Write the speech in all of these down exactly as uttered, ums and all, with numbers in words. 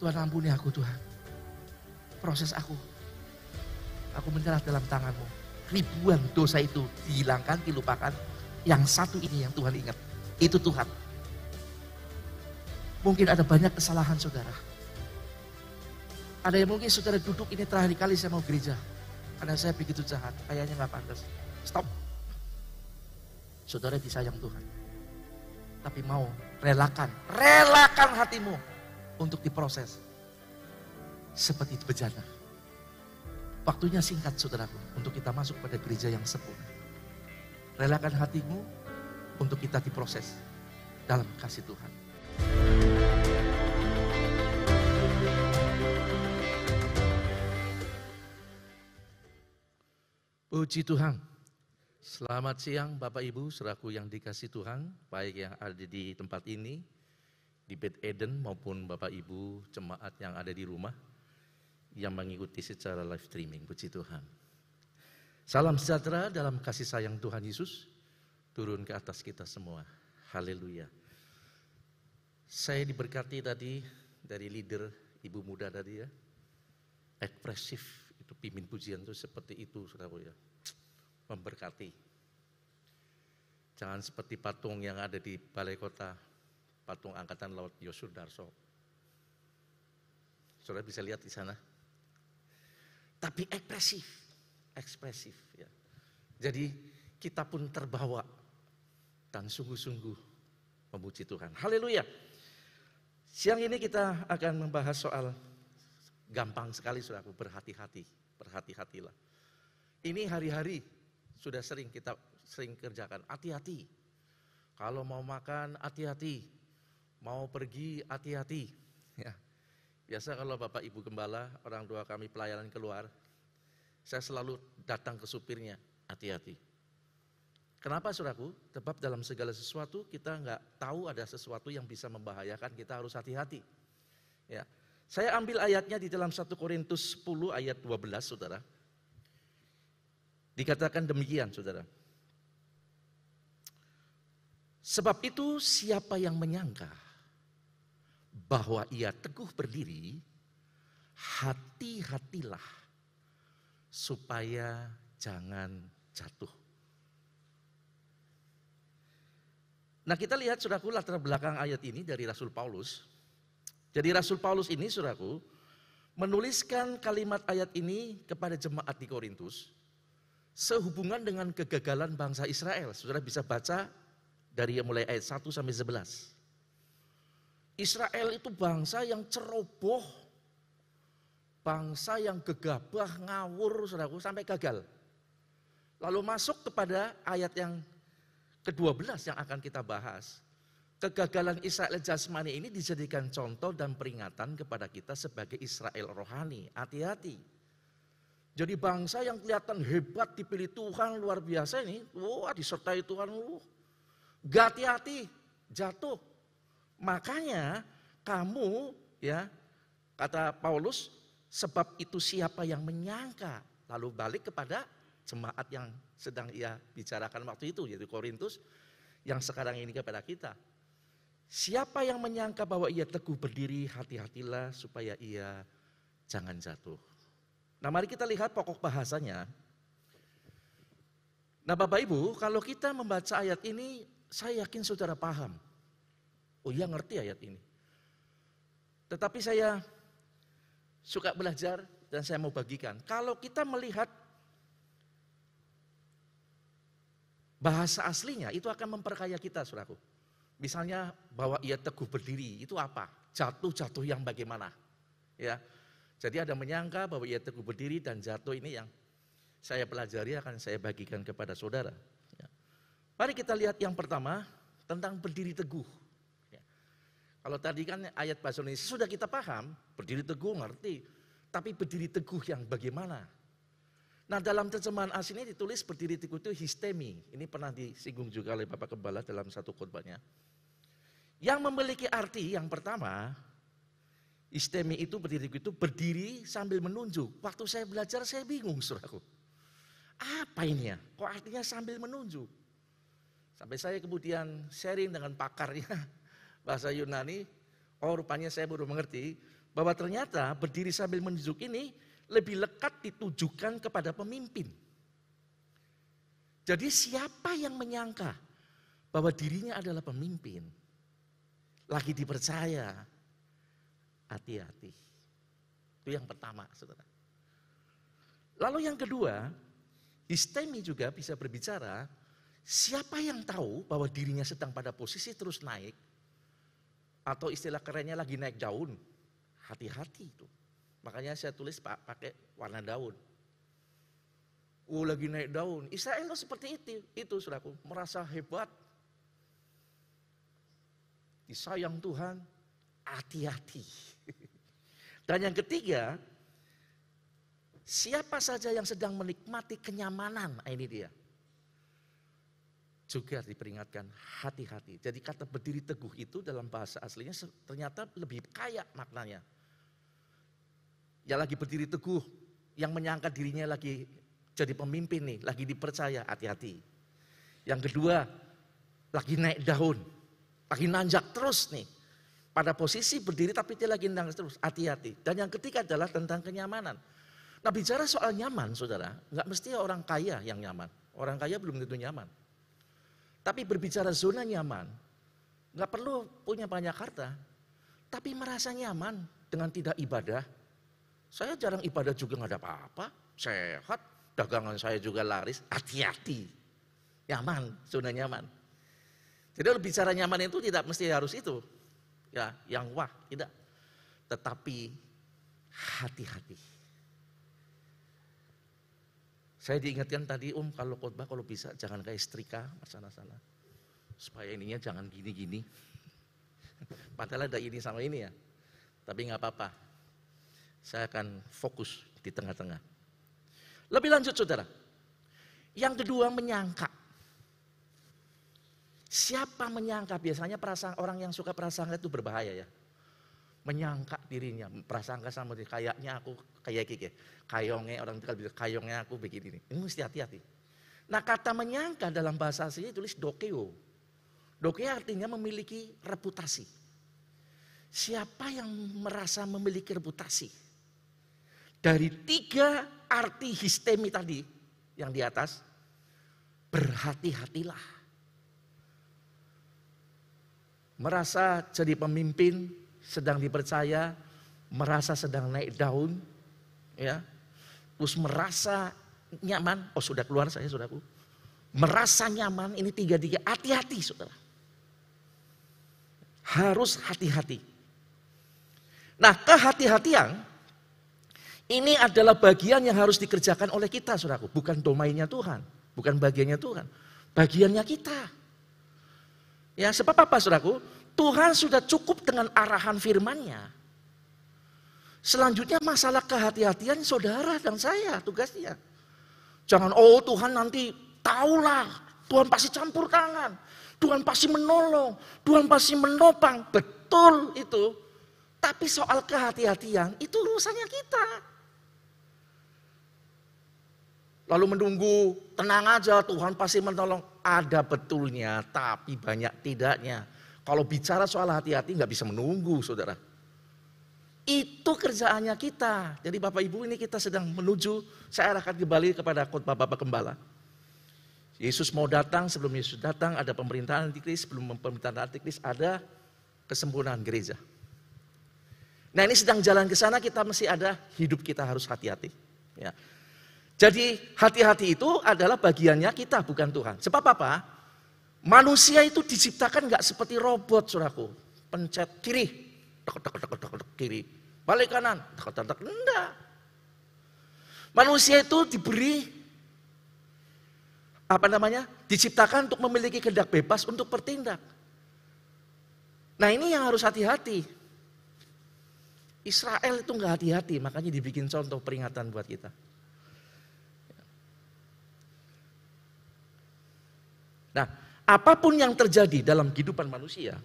Tuhan ampuni aku Tuhan. Proses aku. Aku menyerah dalam tangan-Mu. Ribuan dosa itu dihilangkan, dilupakan. Yang satu ini yang Tuhan ingat. Itu Tuhan. Mungkin ada banyak kesalahan saudara. Ada yang mungkin saudara duduk ini terakhir kali saya mau gereja. Karena saya begitu jahat. Kayaknya gak pantas. Stop. Saudara disayang Tuhan. Tapi mau relakan. Relakan hatimu. Untuk diproses. Seperti bejana. Waktunya singkat saudaraku, untuk kita masuk pada gereja yang sempurna. Relakan hatimu untuk kita diproses dalam kasih Tuhan. Puji Tuhan. Selamat siang Bapak Ibu, saudaraku yang dikasih Tuhan, baik yang ada di tempat ini, di Beth Eden maupun Bapak Ibu jemaat yang ada di rumah, yang mengikuti secara live streaming. Puji Tuhan. Salam sejahtera dalam kasih sayang Tuhan Yesus turun ke atas kita semua. Haleluya. Saya diberkati tadi dari leader ibu muda tadi ya. Ekspresif, itu pimpin pujian itu seperti itu saudara ya. Memberkati. Jangan seperti patung yang ada di balai kota, patung Angkatan Laut Yosudarso. Saudara bisa lihat di sana. Tapi ekspresif, ekspresif ya. Jadi kita pun terbawa dan sungguh-sungguh memuji Tuhan. Haleluya. Siang ini kita akan membahas soal gampang sekali saudaraku, berhati-hati, berhati-hatilah. Ini hari-hari sudah sering kita sering kerjakan, hati-hati. Kalau mau makan hati-hati, mau pergi hati-hati. Ya. Biasa kalau Bapak Ibu Gembala, orang tua kami pelayanan keluar, saya selalu datang ke supirnya, hati-hati. Kenapa saudaraku? Sebab dalam segala sesuatu kita nggak tahu ada sesuatu yang bisa membahayakan, kita harus hati-hati. Ya. Saya ambil ayatnya di dalam satu Korintus sepuluh ayat dua belas saudara. Dikatakan demikian saudara. Sebab itu siapa yang menyangka bahwa ia teguh berdiri, hati-hatilah supaya jangan jatuh. Nah kita lihat saudaraku latar belakang ayat ini dari Rasul Paulus. Jadi Rasul Paulus ini saudaraku menuliskan kalimat ayat ini kepada jemaat di Korintus sehubungan dengan kegagalan bangsa Israel. Saudara bisa baca dari mulai ayat satu sampai sebelas. Israel itu bangsa yang ceroboh, bangsa yang gegabah, ngawur, saudaraku, sampai gagal. Lalu masuk kepada ayat yang kedua belas yang akan kita bahas. Kegagalan Israel jasmani ini dijadikan contoh dan peringatan kepada kita sebagai Israel rohani. Hati-hati. Jadi bangsa yang kelihatan hebat dipilih Tuhan luar biasa ini, wah disertai Tuhan, gak hati-hati, jatuh. Makanya kamu ya kata Paulus, sebab itu siapa yang menyangka, lalu balik kepada jemaat yang sedang ia bicarakan waktu itu, yaitu Korintus, yang sekarang ini kepada kita. Siapa yang menyangka bahwa ia teguh berdiri, hati-hatilah supaya ia jangan jatuh. Nah mari kita lihat pokok bahasanya. Nah Bapak Ibu, kalau kita membaca ayat ini, saya yakin saudara paham. Oh iya ngerti ayat ini. Tetapi saya suka belajar dan saya mau bagikan. Kalau kita melihat bahasa aslinya itu akan memperkaya kita saudaraku. Misalnya bahwa ia teguh berdiri, itu apa? Jatuh-jatuh yang bagaimana? Ya. Jadi ada menyangka bahwa ia teguh berdiri dan jatuh ini yang saya pelajari akan saya bagikan kepada saudara. Ya. Mari kita lihat yang pertama tentang berdiri teguh. Ya. Kalau tadi kan ayat bahasa Indonesia sudah kita paham, berdiri teguh ngerti. Tapi berdiri teguh yang bagaimana? Nah dalam terjemahan aslinya ditulis berdiri teguh itu histemi. Ini pernah disinggung juga oleh Bapak Gembala dalam satu khotbahnya. Yang memiliki arti yang pertama, histemi itu berdiri teguh itu berdiri sambil menunjuk. Waktu saya belajar saya bingung saudaraku. Apa ini ya? Kok artinya sambil menunjuk? Sampai saya kemudian sharing dengan pakarnya bahasa Yunani. Oh rupanya saya baru mengerti Bahwa ternyata berdiri sambil menunjuk ini lebih lekat ditujukan kepada pemimpin. Jadi siapa yang menyangka bahwa dirinya adalah pemimpin, lagi dipercaya, hati-hati. Itu yang pertama, saudara. Lalu yang kedua, histemi juga bisa berbicara, siapa yang tahu bahwa dirinya sedang pada posisi terus naik, atau istilah kerennya lagi naik daun, hati-hati itu. Makanya saya tulis pakai warna daun. Oh lagi naik daun. Israel itu seperti itu, itu saudaraku, merasa hebat. Disayang Tuhan, hati-hati. Dan yang ketiga, siapa saja yang sedang menikmati kenyamanan, ini dia. Juga diperingatkan hati-hati. Jadi kata berdiri teguh itu dalam bahasa aslinya ternyata lebih kaya maknanya. Ya lagi berdiri teguh, yang menyangka dirinya lagi jadi pemimpin nih, lagi dipercaya, hati-hati. Yang kedua, lagi naik daun, lagi nanjak terus nih. Pada posisi berdiri tapi dia lagi nanjak terus, hati-hati. Dan yang ketiga adalah tentang kenyamanan. Nah bicara soal nyaman saudara, nggak mesti orang kaya yang nyaman. Orang kaya belum tentu nyaman. Tapi berbicara zona nyaman, nggak perlu punya banyak harta, tapi merasa nyaman dengan tidak ibadah. Saya jarang ibadah juga nggak ada apa-apa, sehat, dagangan saya juga laris, hati-hati, nyaman, zona nyaman. Jadi bicara nyaman itu tidak mesti harus itu, ya, yang wah, tidak. Tetapi hati-hati. Saya diingatkan tadi, Om, kalau khotbah kalau bisa jangan kayak setrika sana-sana. Supaya ininya jangan gini-gini. Padahal ada ini sama ini ya. Tapi nggak apa-apa. Saya akan fokus di tengah-tengah. Lebih lanjut saudara. Yang kedua menyangka. Siapa menyangka? Biasanya perasaan orang yang suka prasangka itu berbahaya ya. Menyangka dirinya, prasangka sama diri, kayaknya aku kayak gini, kayongnya orang itu kalau bilang kayongnya aku begini, ini mesti hati-hati. Nah kata menyangka dalam bahasa aslinya tulis dokeo. Dokeo artinya memiliki reputasi. Siapa yang merasa memiliki reputasi? Dari tiga arti histemi tadi yang di atas, berhati-hatilah. Merasa jadi pemimpin, sedang dipercaya, merasa sedang naik daun, ya, terus merasa nyaman, oh sudah keluar saya saudaraku, merasa nyaman, ini tiga-tiga, hati-hati saudara, harus hati-hati. Nah kehati-hatian, ini adalah bagian yang harus dikerjakan oleh kita saudaraku, bukan domainnya Tuhan, bukan bagiannya Tuhan, bagiannya kita. Ya sebab apa saudaraku? Tuhan sudah cukup dengan arahan firman-Nya. Selanjutnya masalah kehati-hatian saudara dan saya tugasnya. Jangan oh Tuhan nanti tahulah, Tuhan pasti campur tangan, Tuhan pasti menolong, Tuhan pasti menopang. Betul itu. Tapi soal kehati-hatian itu urusannya kita. Lalu menunggu, tenang aja Tuhan pasti menolong. Ada betulnya, tapi banyak tidaknya. Kalau bicara soal hati-hati nggak bisa menunggu saudara. Itu kerjaannya kita. Jadi Bapak Ibu ini kita sedang menuju, saya arahkan kembali kepada khotbah Bapak Gembala. Yesus mau datang, sebelum Yesus datang ada pemerintahan Antikris, sebelum pemerintahan Antikris ada kesempurnaan gereja. Nah ini sedang jalan ke sana kita mesti ada, hidup kita harus hati-hati. Ya. Jadi hati-hati itu adalah bagiannya kita bukan Tuhan. Sebab apa? Manusia itu diciptakan nggak seperti robot, saudaraku. Pencet kiri, tek, tek, tek, tek, tek, kiri. Balik kanan, tek, tek, tek, enggak. Manusia itu diberi apa namanya? Diciptakan untuk memiliki kehendak bebas untuk bertindak. Nah ini yang harus hati-hati. Israel itu nggak hati-hati, makanya dibikin contoh peringatan buat kita. Nah, apapun yang terjadi dalam kehidupan manusia,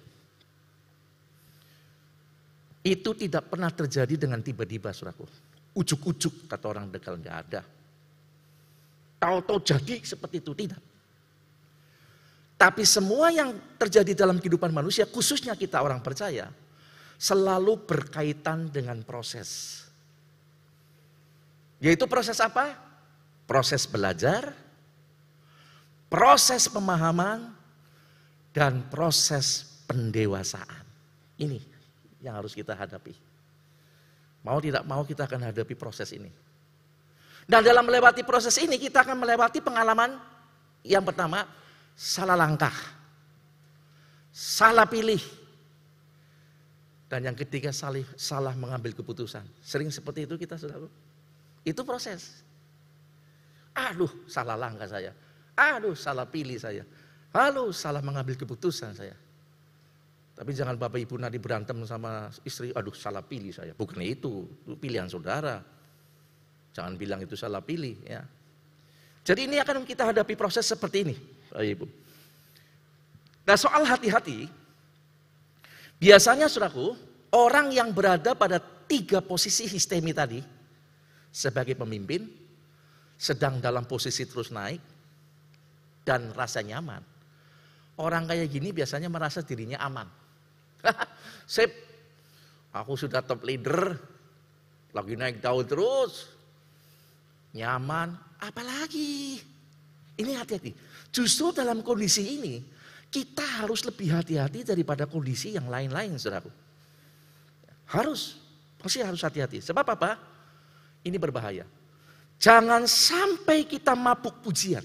itu tidak pernah terjadi dengan tiba-tiba, saudaraku. Ujuk-ujuk kata orang Tegal nggak ada. Tahu-tahu jadi seperti itu, tidak. Tapi semua yang terjadi dalam kehidupan manusia, khususnya kita orang percaya, selalu berkaitan dengan proses. Yaitu proses apa? Proses belajar, proses pemahaman, dan proses pendewasaan. Ini yang harus kita hadapi. Mau tidak mau kita akan hadapi proses ini. Dan dalam melewati proses ini kita akan melewati pengalaman yang pertama, salah langkah, salah pilih. Dan yang ketiga salah, salah mengambil keputusan. Sering seperti itu kita saudara. Itu proses. Aduh salah langkah saya. Aduh salah pilih saya. Aduh salah mengambil keputusan saya. Tapi jangan Bapak Ibu nanti berantem sama istri, aduh salah pilih saya. Bukan itu, itu pilihan saudara. Jangan bilang itu salah pilih ya. Jadi ini akan kita hadapi proses seperti ini Bapak Ibu. Nah soal hati-hati, biasanya saudaraku, orang yang berada pada tiga posisi histemi tadi, sebagai pemimpin, sedang dalam posisi terus naik, dan rasa nyaman. Orang kayak gini biasanya merasa dirinya aman. Sip, aku sudah top leader, lagi naik daun terus, nyaman, apalagi. Ini hati-hati. Justru dalam kondisi ini, kita harus lebih hati-hati daripada kondisi yang lain-lain, saudaraku. Harus, pasti harus hati-hati. Sebab apa? Ini berbahaya. Jangan sampai kita mabuk pujian,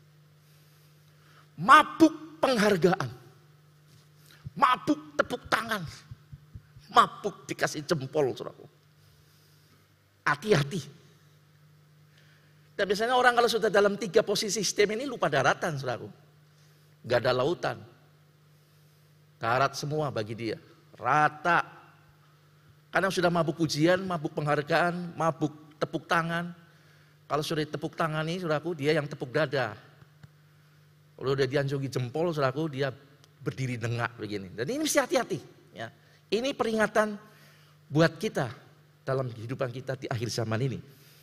mabuk penghargaan, mabuk tepuk tangan, mabuk dikasih jempol, saudaraku. Hati-hati. Dan biasanya orang kalau sudah dalam tiga posisi sistem ini lupa daratan, saudaraku. Gak ada lautan. Darat semua bagi dia. Rata. Karena sudah mabuk pujian, mabuk penghargaan, mabuk tepuk tangan. Kalau sudah tepuk tangan nih, saudaraku, dia yang tepuk dada. Kalau udah dianjungi jempol, saudaraku, dia berdiri dengak begini. Dan ini mesti hati-hati. Ya. Ini peringatan buat kita dalam kehidupan kita di akhir zaman ini.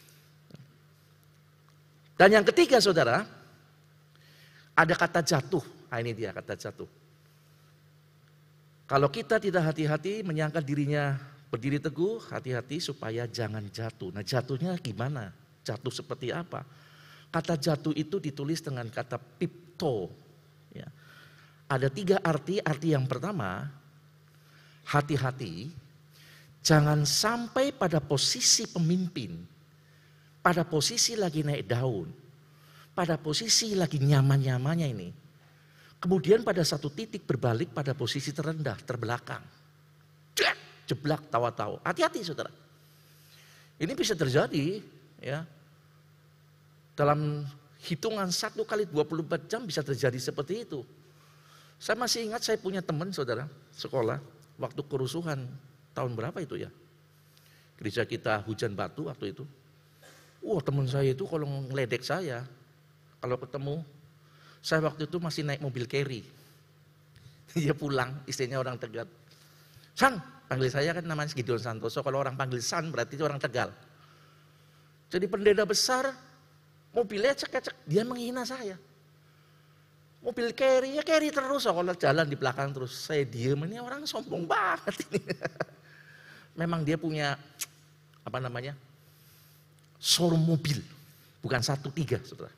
Dan yang ketiga saudara, ada kata jatuh. Nah, ini dia kata jatuh. Kalau kita tidak hati-hati menyangka dirinya berdiri teguh, hati-hati supaya jangan jatuh. Nah jatuhnya gimana? Jatuh seperti apa? Kata jatuh itu ditulis dengan kata pipto. Ya. Ada tiga arti. Arti yang pertama, hati-hati jangan sampai pada posisi pemimpin, pada posisi lagi naik daun, pada posisi lagi nyaman-nyamannya ini, kemudian pada satu titik berbalik pada posisi terendah, terbelakang. Jeblak tawa-tawa. Hati-hati saudara. Ini bisa terjadi ya. Dalam hitungan satu kali dua puluh empat jam bisa terjadi seperti itu. Saya masih ingat saya punya teman saudara, sekolah, waktu kerusuhan tahun berapa itu ya. Gereja kita hujan batu waktu itu. Wah teman saya itu kalau ngeledek saya, kalau ketemu, saya waktu itu masih naik mobil carry. Dia pulang, istrinya orang Tegal. San, panggil saya kan namanya Gideon Santoso, kalau orang panggil San berarti itu orang Tegal. Jadi pendeta besar, mobilnya cek-cek, dia menghina saya. Mobil carry, ya carry terus, kalau jalan di belakang terus. Saya diem, ini orang sombong banget ini. Memang dia punya, apa namanya, showroom mobil, bukan satu, tiga saudara.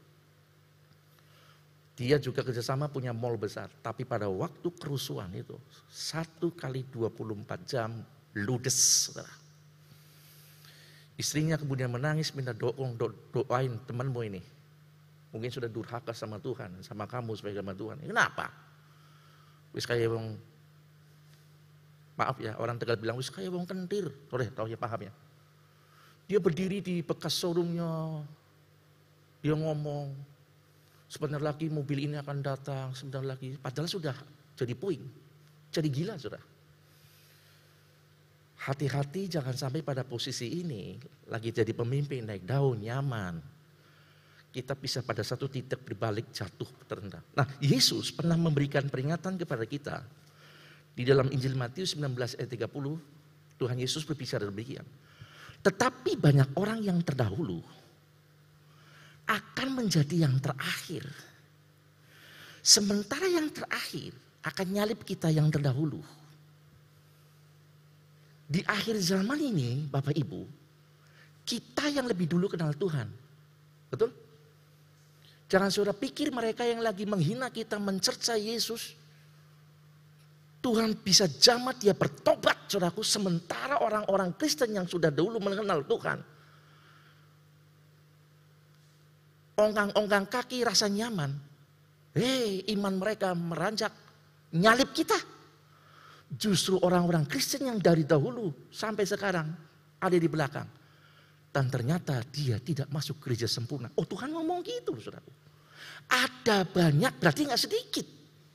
Dia juga kerjasama punya mall besar, tapi pada waktu kerusuhan itu, satu kali dua puluh empat jam ludes saudara. Istrinya kemudian menangis, minta doong, do, doain temanmu ini. Mungkin sudah durhaka sama Tuhan, sama kamu sebagai sama Tuhan. Kenapa? Wis kayak wong, maaf ya, orang Tegal bilang wis kayak wong kentir. Boleh tahu ya paham ya. Dia berdiri di bekas showroomnya, dia ngomong, sebentar lagi mobil ini akan datang, sebentar lagi. Padahal sudah jadi puing, jadi gila sudah. Hati-hati jangan sampai pada posisi ini, lagi jadi pemimpin, naik daun, nyaman. Kita bisa pada satu titik berbalik jatuh terendah. Nah Yesus pernah memberikan peringatan kepada kita. Di dalam Injil Matius sembilan belas ayat tiga puluh, Tuhan Yesus berbicara demikian. Tetapi banyak orang yang terdahulu akan menjadi yang terakhir. Sementara yang terakhir akan nyalip kita yang terdahulu. Di akhir zaman ini, Bapak Ibu, kita yang lebih dulu kenal Tuhan. Betul? Jangan saudara pikir mereka yang lagi menghina kita, mencerca Yesus, Tuhan bisa jamah dia bertobat, saudaraku. Sementara orang-orang Kristen yang sudah dahulu mengenal Tuhan, ongkang-ongkang kaki rasa nyaman. Hei, iman mereka meranjak, nyalip kita. Justru orang-orang Kristen yang dari dahulu sampai sekarang ada di belakang. Dan ternyata dia tidak masuk gereja sempurna. Oh, Tuhan ngomong gitu, saudaraku. Ada banyak, berarti nggak sedikit.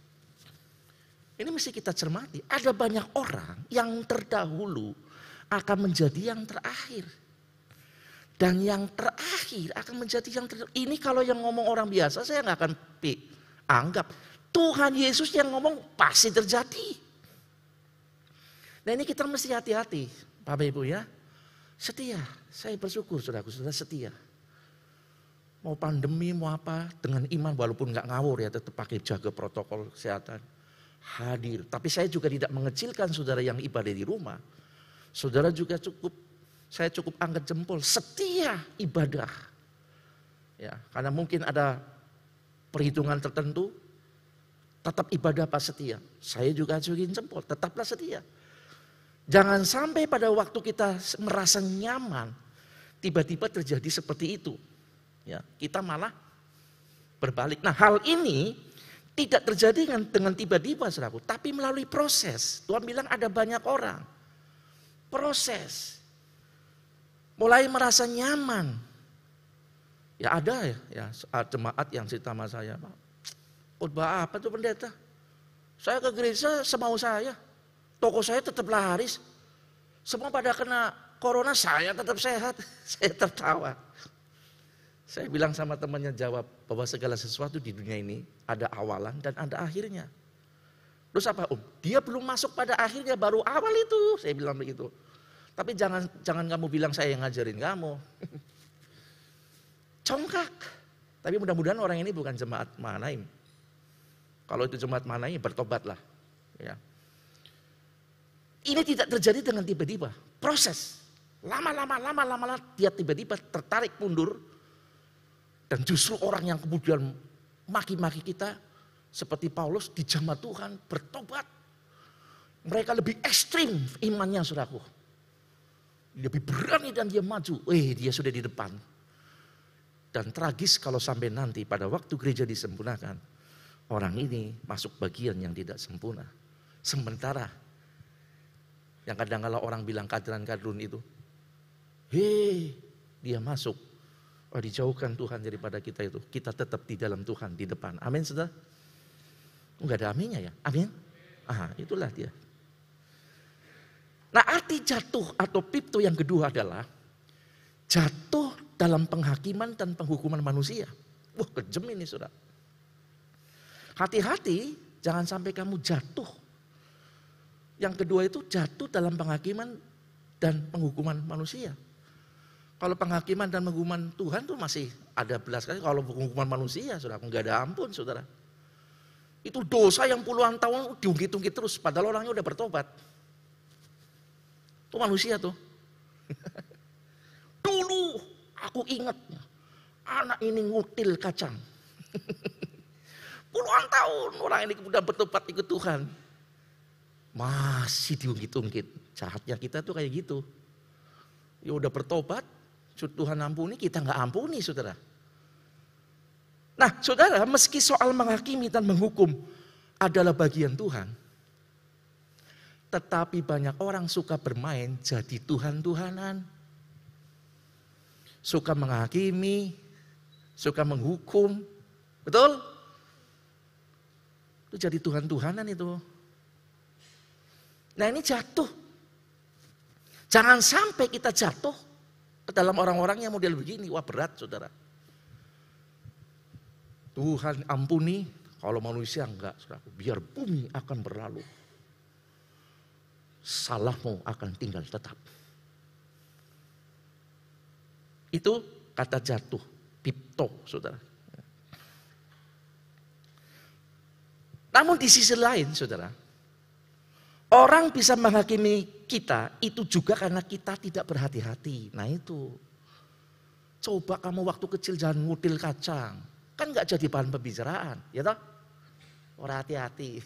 Ini mesti kita cermati. Ada banyak orang yang terdahulu akan menjadi yang terakhir. Dan yang terakhir akan menjadi yang terakhir. Ini kalau yang ngomong orang biasa saya nggak akan anggap. Tuhan Yesus yang ngomong pasti terjadi. Nah ini kita mesti hati-hati, Bapak Ibu ya. Setia, saya bersyukur saudaraku, saudara setia. Mau pandemi, mau apa, dengan iman walaupun nggak ngawur ya, tetap pakai jaga protokol kesehatan. Hadir, tapi saya juga tidak mengecilkan saudara yang ibadah di rumah. Saudara juga cukup, saya cukup angkat jempol, setia ibadah. Ya, karena mungkin ada perhitungan tertentu, tetap ibadah pas setia. Saya juga ajuin jempol, tetaplah setia. Jangan sampai pada waktu kita merasa nyaman, tiba-tiba terjadi seperti itu. Ya, kita malah berbalik. Nah hal ini tidak terjadi dengan, dengan tiba-tiba saudaraku, tapi melalui proses. Tuhan bilang ada banyak orang. Proses. Mulai merasa nyaman. Ya ada ya, ya jemaat yang cerita sama saya, Pak. Khotbah apa tuh pendeta? Saya ke gereja semau saya. Toko saya tetap laris. Semua pada kena corona, saya tetap sehat. Saya tertawa. Saya bilang sama temannya, jawab bahwa segala sesuatu di dunia ini ada awalan dan ada akhirnya. Terus apa Om? Dia belum masuk pada akhirnya, baru awal itu. Saya bilang begitu. Tapi jangan jangan kamu bilang saya yang ngajarin kamu. Congkak. Tapi mudah-mudahan orang ini bukan jemaat Mahanaim. Kalau itu jemaat Mahanaim, bertobatlah. Ya. Ini tidak terjadi dengan tiba-tiba. Proses. Lama-lama, lama-lama dia tiba-tiba tertarik mundur. Dan justru orang yang kemudian maki-maki kita, seperti Paulus, dijamah Tuhan, bertobat. Mereka lebih ekstrim imannya, saudaraku. Lebih berani dan dia maju. Eh, dia sudah di depan. Dan tragis kalau sampai nanti pada waktu gereja disempurnakan, orang ini masuk bagian yang tidak sempurna. Sementara yang kadang-kadang orang bilang kadran-kadrun itu, hei, dia masuk. Oh, dijauhkan Tuhan daripada kita itu. Kita tetap di dalam Tuhan, di depan. Amin, saudara? Enggak ada aminnya ya? Amin? Ah, itulah dia. Nah, arti jatuh atau pipto yang kedua adalah jatuh dalam penghakiman dan penghukuman manusia. Wah, kejam ini, saudara. Hati-hati, jangan sampai kamu jatuh. Yang kedua itu jatuh dalam penghakiman dan penghukuman manusia. Kalau penghakiman dan penghukuman Tuhan tuh masih ada belas kali. Kalau penghukuman manusia, saudara, nggak ada ampun, saudara. Itu dosa yang puluhan tahun diungkit-ungkit terus, padahal orangnya udah bertobat. Itu manusia tuh. Dulu aku ingat, anak ini ngutil kacang. Puluhan tahun orang ini udah bertobat ikut Tuhan. Masih diungkit-ungkit. Jahatnya kita tuh kayak gitu. Ya udah bertobat, Tuhan ampuni, kita nggak ampuni, saudara. Nah, saudara, meski soal menghakimi dan menghukum adalah bagian Tuhan, tetapi banyak orang suka bermain jadi Tuhan-Tuhanan. Suka menghakimi, suka menghukum. Betul? Itu jadi Tuhan-Tuhanan itu. Nah ini jatuh. Jangan sampai kita jatuh ke dalam orang-orang yang model begini. Wah berat, saudara. Tuhan ampuni, kalau manusia enggak, saudara. Biar bumi akan berlalu. Salahmu akan tinggal tetap. Itu kata jatuh, pipto, saudara. Namun di sisi lain, saudara, Orang bisa menghakimi kita itu juga karena kita tidak berhati-hati. Nah itu. Coba kamu waktu kecil jangan ngutil kacang. Kan gak jadi bahan pembicaraan. Ya toh? Orang hati-hati.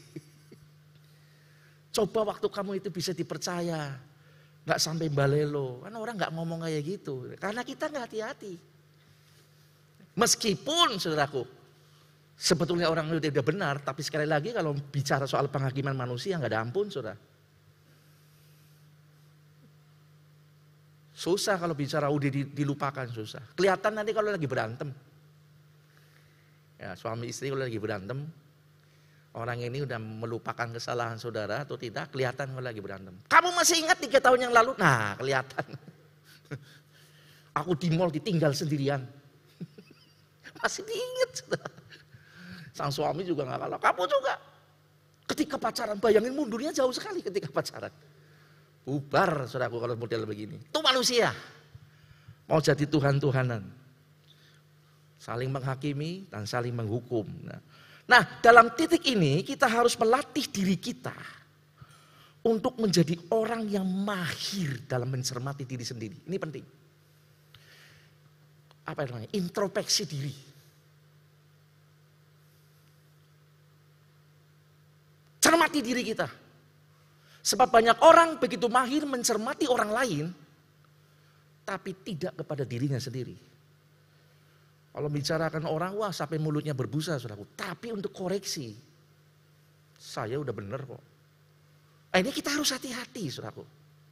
Coba waktu kamu itu bisa dipercaya. Gak sampai balelo. Kan orang gak ngomong kayak gitu. Karena kita gak hati-hati. Meskipun saudaraku. Sebetulnya orang itu tidak benar, tapi sekali lagi kalau bicara soal penghakiman manusia nggak ada ampun, saudara. Susah kalau bicara udah dilupakan, susah. Kelihatan nanti kalau lagi berantem. Ya, suami istri kalau lagi berantem, orang ini udah melupakan kesalahan saudara atau tidak, kelihatan kalau lagi berantem. Kamu masih ingat tiga tahun yang lalu? Nah, kelihatan. Aku di mall ditinggal sendirian. Masih diingat, saudara. Sang suami juga gak kalah, kamu juga. Ketika pacaran, bayangin mundurnya jauh sekali ketika pacaran. Bubar saudaraku kalau model begini. Itu manusia. Mau jadi Tuhan-Tuhanan. Saling menghakimi dan saling menghukum. Nah, nah dalam titik ini kita harus melatih diri kita. Untuk menjadi orang yang mahir dalam mencermati diri sendiri. Ini penting. Apa namanya? Introspeksi diri. Cermati diri kita. Sebab banyak orang begitu mahir mencermati orang lain, tapi tidak kepada dirinya sendiri. Kalau bicarakan orang, wah sampai mulutnya berbusa, saudaraku. Tapi untuk koreksi, saya udah benar kok. Nah, ini kita harus hati-hati, saudaraku.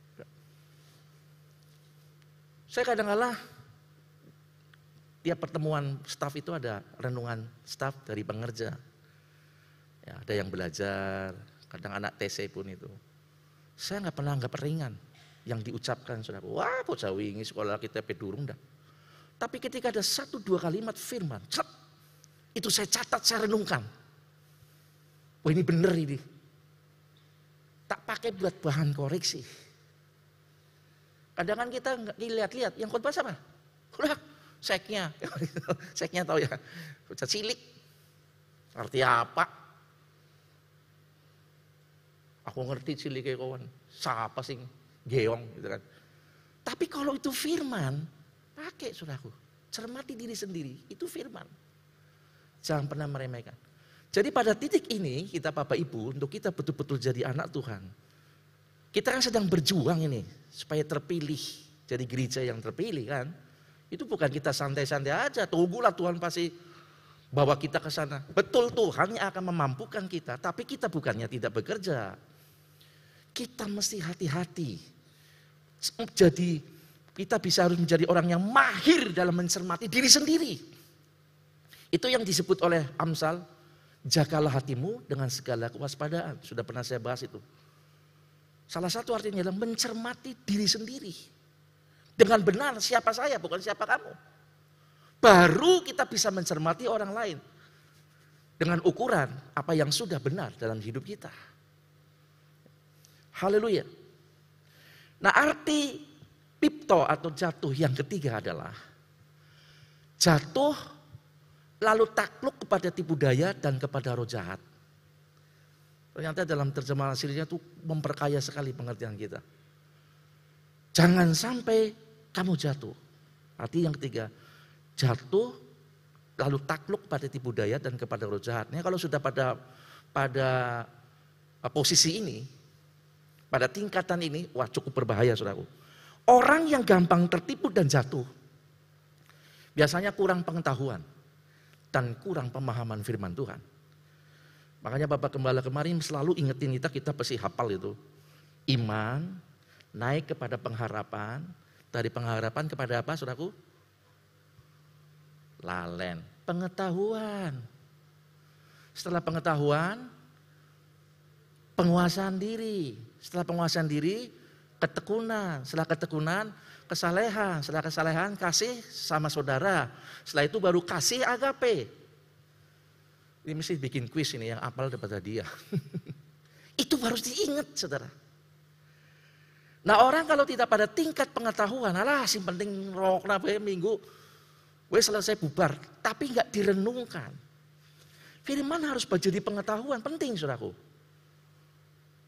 Saya kadang-kala tiap pertemuan staf itu ada renungan staf dari pengerja. Ya, ada yang belajar, kadang anak T C pun itu. Saya nggak pernah anggap ringan yang diucapkan, saudara. Wah, bocah wingi sekolah kita pedurung dah. Tapi ketika ada satu dua kalimat firman, cet, itu saya catat, saya renungkan. Wah ini benar ini. Tak pakai buat bahan koreksi. Kadang kan kita nggak lihat-lihat, yang khotbah siapa? Udah, seknya, seknya tahu ya, bocah cilik. Arti apa? Aku ngerti cilik kayak kawan, siapa sih geong gitu kan. Tapi kalau itu firman, pakai saudaraku, cermati diri sendiri, itu firman. Jangan pernah meremehkan. Jadi pada titik ini kita Bapak Ibu, untuk kita betul-betul jadi anak Tuhan. Kita kan sedang berjuang ini, supaya terpilih, jadi gereja yang terpilih kan. Itu bukan kita santai-santai aja, tunggulah Tuhan pasti bawa kita ke sana. Betul Tuhan yang akan memampukan kita, tapi kita bukannya tidak bekerja. Kita mesti hati-hati. Jadi kita bisa harus menjadi orang yang mahir dalam mencermati diri sendiri. Itu yang disebut oleh Amsal, jagalah hatimu dengan segala kewaspadaan. Sudah pernah saya bahas itu. Salah satu artinya adalah mencermati diri sendiri. Dengan benar siapa saya, bukan siapa kamu. Baru kita bisa mencermati orang lain. Dengan ukuran apa yang sudah benar dalam hidup kita. Haleluya. Nah arti pipto atau jatuh yang ketiga adalah jatuh lalu takluk kepada tipu daya dan kepada roh jahat. Ternyata dalam terjemahan aslinya itu memperkaya sekali pengertian kita. Jangan sampai kamu jatuh. Arti yang ketiga, jatuh lalu takluk pada tipu daya dan kepada roh jahat. Nah, kalau sudah pada pada posisi ini, pada tingkatan ini, wah cukup berbahaya saudaraku. Orang yang gampang tertipu dan jatuh, biasanya kurang pengetahuan dan kurang pemahaman firman Tuhan. Makanya Bapak Gembala kemarin selalu ingetin kita, kita pasti hafal itu. Iman, naik kepada pengharapan, dari pengharapan kepada apa saudaraku? Lalen, pengetahuan. Setelah pengetahuan, penguasaan diri. Setelah penguasaan diri, ketekunan. Setelah ketekunan, kesalehan. Setelah kesalehan, kasih sama saudara. Setelah itu baru kasih agape. Ini mesti bikin kuis ini, yang apal dapat hadiah. Itu harus diingat saudara. Nah orang kalau tidak pada tingkat pengetahuan, alah sih penting rok nabe minggu, wes selesai bubar. Tapi nggak direnungkan. Firman harus menjadi pengetahuan, penting saudaraku.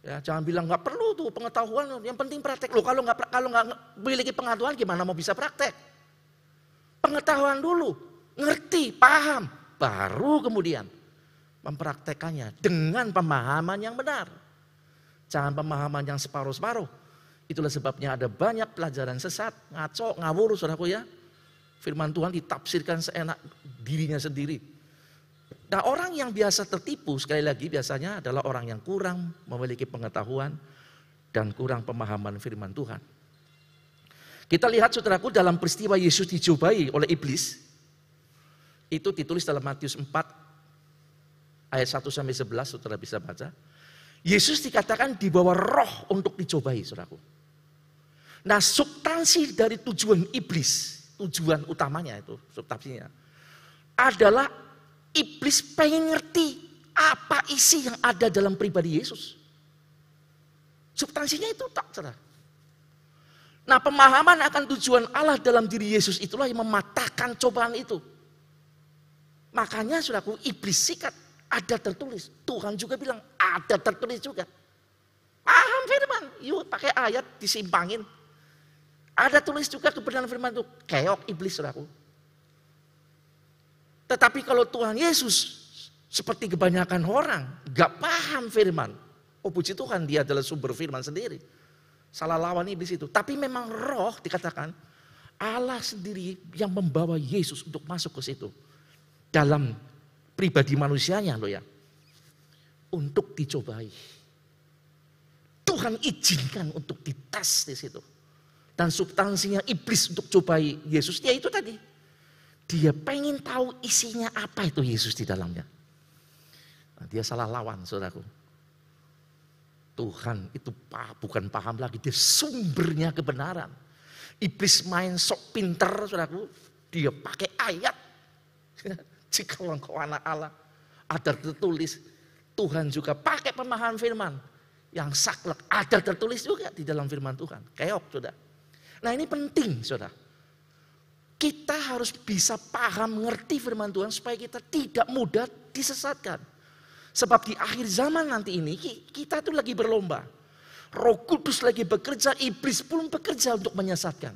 Ya, jangan bilang nggak perlu tuh pengetahuan, yang penting praktek. Loh, kalau nggak kalau nggak memiliki pengetahuan gimana mau bisa praktek? Pengetahuan dulu, ngerti, paham, baru kemudian mempraktekannya dengan pemahaman yang benar. Jangan pemahaman yang separuh-separuh. Itulah sebabnya ada banyak pelajaran sesat, ngaco, ngawur, saudaraku ya. Firman Tuhan ditafsirkan seenak dirinya sendiri. Nah, orang yang biasa tertipu sekali lagi biasanya adalah orang yang kurang memiliki pengetahuan dan kurang pemahaman firman Tuhan. Kita lihat saudaraku dalam peristiwa Yesus dicobai oleh iblis. Itu ditulis dalam Matius empat ayat satu sampai sebelas, saudara bisa baca. Yesus dikatakan dibawa roh untuk dicobai, saudaraku. Nah, substansi dari tujuan iblis, tujuan utamanya itu, substansinya adalah iblis pengen ngerti apa isi yang ada dalam pribadi Yesus. Substansinya itu tak, saudara. Nah, pemahaman akan tujuan Allah dalam diri Yesus itulah yang mematahkan cobaan itu. Makanya saudaraku, iblis sikat, ada tertulis. Tuhan juga bilang ada tertulis juga. Paham firman, yuk pakai ayat disimpangin. Ada tulis juga kebenaran firman itu. Keok iblis saudaraku. Tetapi kalau Tuhan Yesus seperti kebanyakan orang gak paham firman. Oh puji Tuhan, dia adalah sumber firman sendiri. Salah lawan iblis itu. Tapi memang roh dikatakan Allah sendiri yang membawa Yesus untuk masuk ke situ. Dalam pribadi manusianya loh ya. Untuk dicobai. Tuhan izinkan untuk dites di situ. Dan substansinya iblis untuk cobai Yesus, ya itu tadi. Dia pengen tahu isinya apa itu Yesus di dalamnya. Nah, dia salah lawan, saudaraku. Tuhan itu bukan paham lagi, dia sumbernya kebenaran. Iblis main sok pinter, saudaraku. Dia pakai ayat. Jika engkau anak Allah, ada tertulis. Tuhan juga pakai pemahaman firman. Yang saklek, ada tertulis juga di dalam firman Tuhan. Keok, saudara. Nah ini penting, saudara. Kita harus bisa paham, mengerti firman Tuhan supaya kita tidak mudah disesatkan. Sebab di akhir zaman nanti ini kita tuh lagi berlomba. Roh Kudus lagi bekerja, iblis pun bekerja untuk menyesatkan.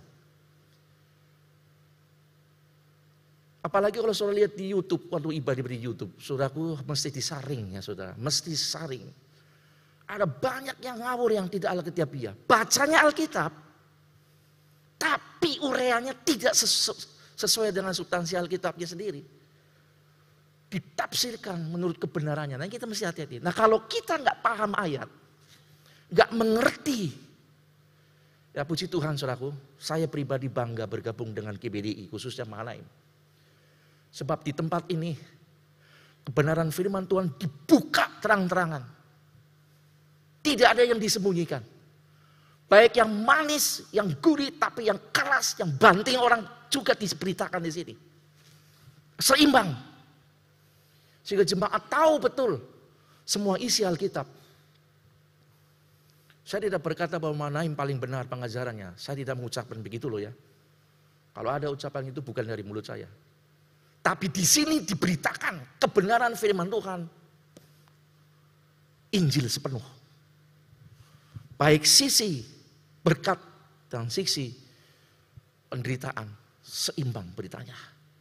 Apalagi kalau saudara lihat di YouTube, waktu ibadah di YouTube, saudaraku mesti disaring ya saudara, mesti saring. Ada banyak yang ngawur yang tidak alkitabiah. Bacanya Alkitab, tapi ureanya tidak sesuai dengan substansi Alkitabnya sendiri. Ditafsirkan menurut kebenarannya. Nah kita mesti hati-hati. Nah kalau kita nggak paham ayat, nggak mengerti. Ya puji Tuhan saudaraku, saya pribadi bangga bergabung dengan K B D I khususnya Mahanaim. Sebab di tempat ini kebenaran firman Tuhan dibuka terang-terangan. Tidak ada yang disembunyikan. Baik yang manis, yang gurih, tapi yang keras, yang banting orang juga diberitakan di sini. Seimbang. Sehingga jemaat tahu betul semua isi Alkitab. Saya tidak berkata bahwa Mahanaim paling benar pengajarannya. Saya tidak mengucapkan begitu loh ya. Kalau ada ucapan itu bukan dari mulut saya. Tapi di sini diberitakan kebenaran firman Tuhan. Injil sepenuh. Baik sisi berkat dan sisi penderitaan seimbang beritanya.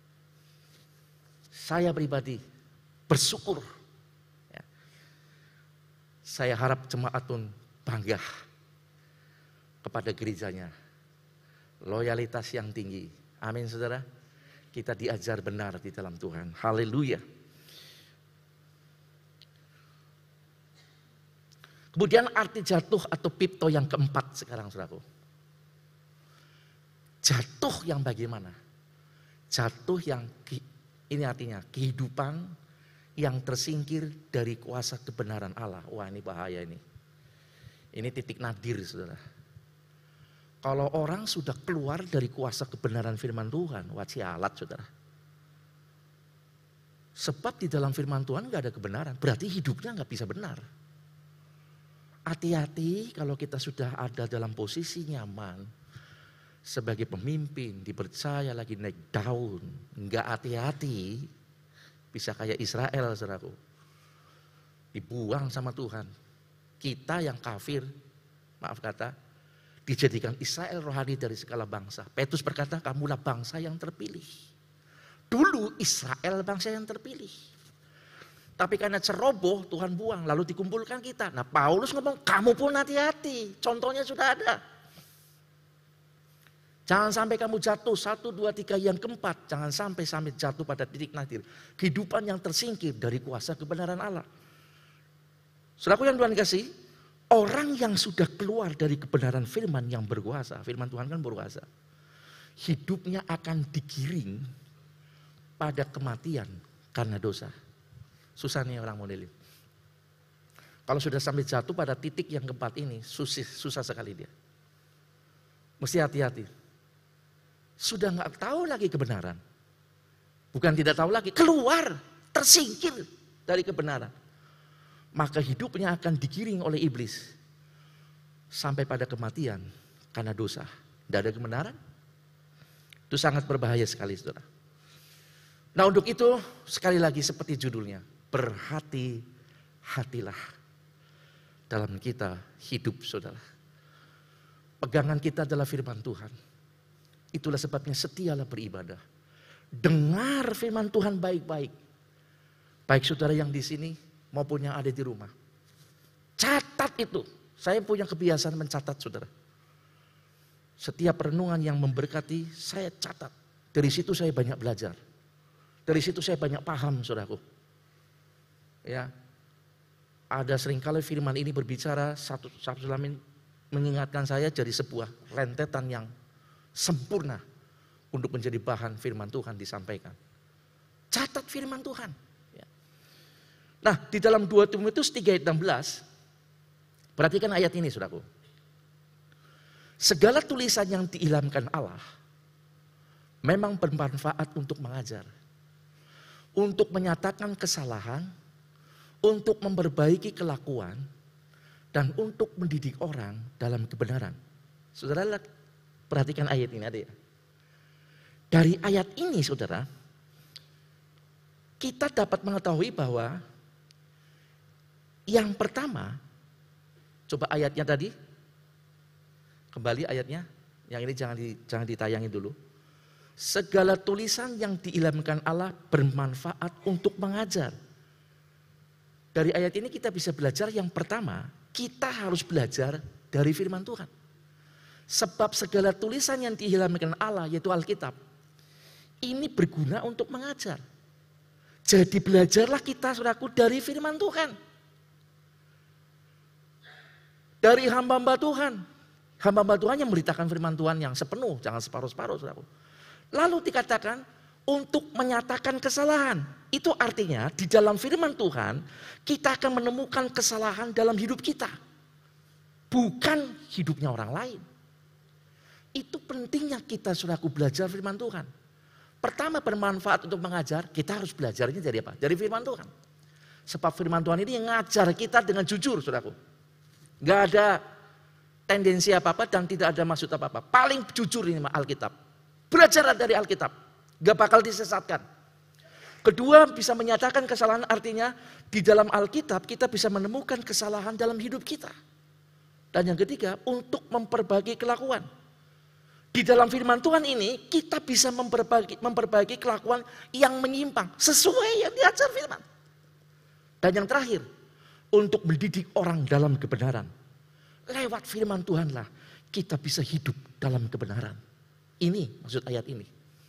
Saya pribadi bersyukur. Ya. Saya harap jemaat pun bangga kepada gerejanya. Loyalitas yang tinggi. Amin saudara. Kita diajar benar di dalam Tuhan. Haleluya. Kemudian arti jatuh atau pipto yang keempat sekarang saudaraku. Jatuh yang bagaimana? Jatuh yang, ini artinya kehidupan yang tersingkir dari kuasa kebenaran Allah. Wah ini bahaya ini. Ini titik nadir saudara. Kalau orang sudah keluar dari kuasa kebenaran firman Tuhan, wah sialat saudara. Sebab di dalam firman Tuhan gak ada kebenaran, berarti hidupnya gak bisa benar. Hati-hati kalau kita sudah ada dalam posisi nyaman. Sebagai pemimpin, dipercaya lagi naik daun. Enggak hati-hati. Bisa kayak Israel saudaraku. Dibuang sama Tuhan. Kita yang kafir, maaf kata, dijadikan Israel rohani dari segala bangsa. Petrus berkata, kamulah bangsa yang terpilih. Dulu Israel bangsa yang terpilih. Tapi karena ceroboh Tuhan buang, lalu dikumpulkan kita. Nah Paulus ngomong, kamu pun hati-hati, contohnya sudah ada. Jangan sampai kamu jatuh, satu, dua, tiga, yang keempat. Jangan sampai sampai jatuh pada titik nadir. Kehidupan yang tersingkir dari kuasa kebenaran Allah. Saudaraku yang Tuhan kasih, orang yang sudah keluar dari kebenaran firman yang berkuasa, firman Tuhan kan berkuasa, hidupnya akan digiring pada kematian karena dosa. Susah nih orang modelin. Kalau sudah sampai jatuh pada titik yang keempat ini, susah, susah sekali dia. Mesti hati-hati. Sudah nggak tahu lagi kebenaran. Bukan tidak tahu lagi, keluar, tersingkir dari kebenaran. Maka hidupnya akan digiring oleh iblis sampai pada kematian karena dosa. Tidak ada kebenaran. Itu sangat berbahaya sekali, saudara. Nah untuk itu sekali lagi seperti judulnya, berhati-hatilah dalam kita hidup, saudara. Pegangan kita adalah firman Tuhan. Itulah sebabnya setialah beribadah. Dengar firman Tuhan baik-baik. Baik saudara yang di sini maupun yang ada di rumah. Catat itu. Saya punya kebiasaan mencatat, saudara. Setiap renungan yang memberkati, saya catat. Dari situ saya banyak belajar. Dari situ saya banyak paham, saudaraku. Ya, ada seringkali firman ini berbicara satu satu lain mengingatkan saya jadi sebuah rentetan yang sempurna untuk menjadi bahan firman Tuhan disampaikan. Catat firman Tuhan. Ya. Nah, di dalam dua Timotius tiga ayat enam belas, perhatikan ayat ini, saudaraku. Segala tulisan yang diilhamkan Allah memang bermanfaat untuk mengajar, untuk menyatakan kesalahan, untuk memperbaiki kelakuan, dan untuk mendidik orang dalam kebenaran. Saudara, perhatikan ayat ini, ada ya. Dari ayat ini, saudara, kita dapat mengetahui bahwa yang pertama, coba ayatnya tadi, kembali ayatnya, yang ini jangan di, jangan ditayangin dulu. Segala tulisan yang diilhamkan Allah bermanfaat untuk mengajar. Dari ayat ini kita bisa belajar yang pertama, kita harus belajar dari firman Tuhan. Sebab segala tulisan yang diilhamkan Allah, yaitu Alkitab, ini berguna untuk mengajar. Jadi belajarlah kita, saudaraku, dari firman Tuhan. Dari hamba-hamba Tuhan. Hamba-hamba Tuhan yang memberitakan firman Tuhan yang sepenuh, jangan separuh-separuh, saudaraku. Lalu dikatakan untuk menyatakan kesalahan. Itu artinya di dalam firman Tuhan kita akan menemukan kesalahan dalam hidup kita. Bukan hidupnya orang lain. Itu pentingnya kita, saudaraku, belajar firman Tuhan. Pertama bermanfaat untuk mengajar, kita harus belajarnya dari apa? Dari firman Tuhan. Sebab firman Tuhan ini ngajar kita dengan jujur, saudaraku. Gak ada tendensi apa-apa dan tidak ada maksud apa-apa. Paling jujur ini Alkitab. Belajar dari Alkitab. Gak bakal disesatkan. Kedua, bisa menyatakan kesalahan, artinya di dalam Alkitab kita bisa menemukan kesalahan dalam hidup kita. Dan yang ketiga, untuk memperbaiki kelakuan. Di dalam firman Tuhan ini kita bisa memperbaiki, memperbaiki kelakuan yang menyimpang sesuai yang diajar firman. Dan yang terakhir, untuk mendidik orang dalam kebenaran. Lewat firman Tuhanlah kita bisa hidup dalam kebenaran. Ini maksud ayat ini.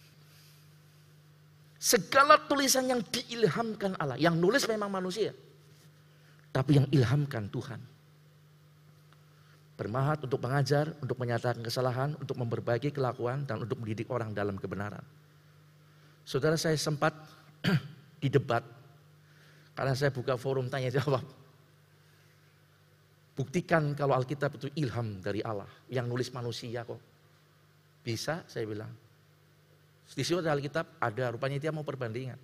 Segala tulisan yang diilhamkan Allah, yang nulis memang manusia, tapi yang ilhamkan Tuhan. Bermanfaat untuk mengajar, untuk menyatakan kesalahan, untuk memperbaiki kelakuan, dan untuk mendidik orang dalam kebenaran. Saudara, saya sempat di debat, karena saya buka forum tanya jawab. Buktikan kalau Alkitab itu ilham dari Allah, yang nulis manusia kok. Bisa, saya bilang. Di situ ada Alkitab, ada, rupanya dia mau perbandingan.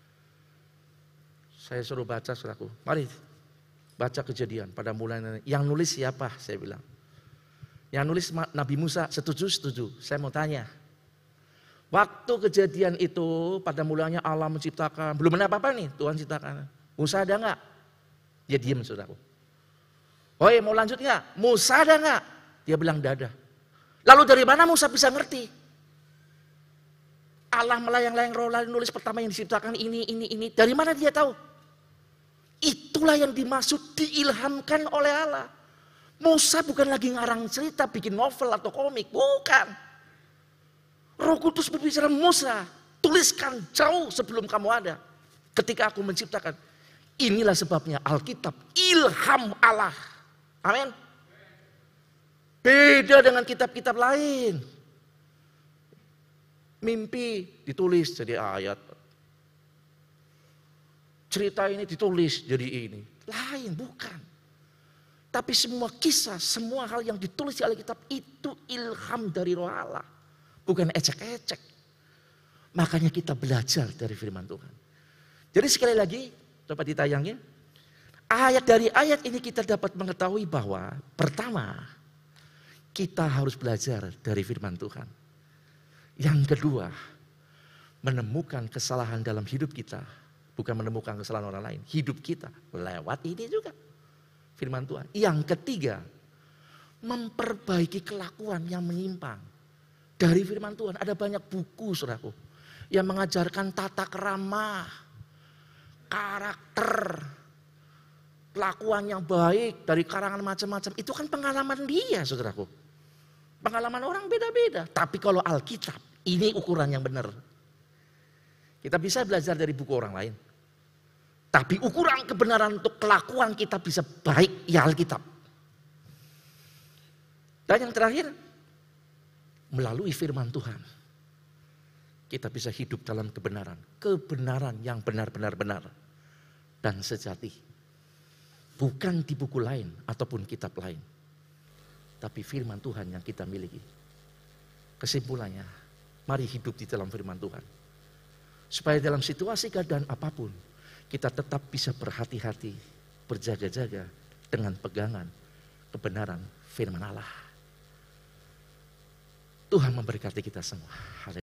Saya suruh baca, saudaraku. Mari baca Kejadian pada mulanya. Yang nulis siapa? Saya bilang. Yang nulis Nabi Musa, setuju, setuju. Saya mau tanya. Waktu Kejadian itu pada mulanya Allah menciptakan, belum ada apa-apa nih Tuhan ciptakan. Musa ada enggak? Dia diam, saudaraku. Oi, mau lanjut nggak? Musa ada nggak? Dia bilang tidak ada. Lalu dari mana Musa bisa ngerti? Allah melayang-layang roh lalu nulis pertama yang diciptakan ini, ini, ini. Dari mana dia tahu? Itulah yang dimaksud diilhamkan oleh Allah. Musa bukan lagi ngarang cerita, bikin novel atau komik. Bukan. Roh Kudus berbicara, Musa, tuliskan jauh sebelum kamu ada. Ketika aku menciptakan. Inilah sebabnya Alkitab, ilham Allah. Amin. Beda dengan kitab-kitab lain. Mimpi ditulis jadi ayat. Cerita ini ditulis jadi ini. Lain, bukan. Tapi semua kisah, semua hal yang ditulis di Alkitab itu ilham dari Roh Allah. Bukan ecek-ecek. Makanya kita belajar dari firman Tuhan. Jadi sekali lagi, coba ditayangin. Ayat dari ayat ini kita dapat mengetahui bahwa pertama, kita harus belajar dari firman Tuhan. Yang kedua, menemukan kesalahan dalam hidup kita. Bukan menemukan kesalahan orang lain. Hidup kita lewat ini juga. Firman Tuhan. Yang ketiga, memperbaiki kelakuan yang menyimpang. Dari firman Tuhan. Ada banyak buku, saudaraku. Yang mengajarkan tata kerama, karakter, kelakuan yang baik dari karangan macam-macam. Itu kan pengalaman dia, saudaraku. Pengalaman orang beda-beda. Tapi kalau Alkitab, ini ukuran yang benar. Kita bisa belajar dari buku orang lain. Tapi ukuran kebenaran untuk kelakuan kita bisa baik, ya Alkitab. Dan yang terakhir, melalui firman Tuhan, kita bisa hidup dalam kebenaran. Kebenaran yang benar-benar benar dan sejati. Bukan di buku lain ataupun kitab lain. Tapi firman Tuhan yang kita miliki. Kesimpulannya, mari hidup di dalam firman Tuhan. Supaya dalam situasi keadaan apapun, kita tetap bisa berhati-hati, berjaga-jaga dengan pegangan kebenaran firman Allah. Tuhan memberkati kita semua.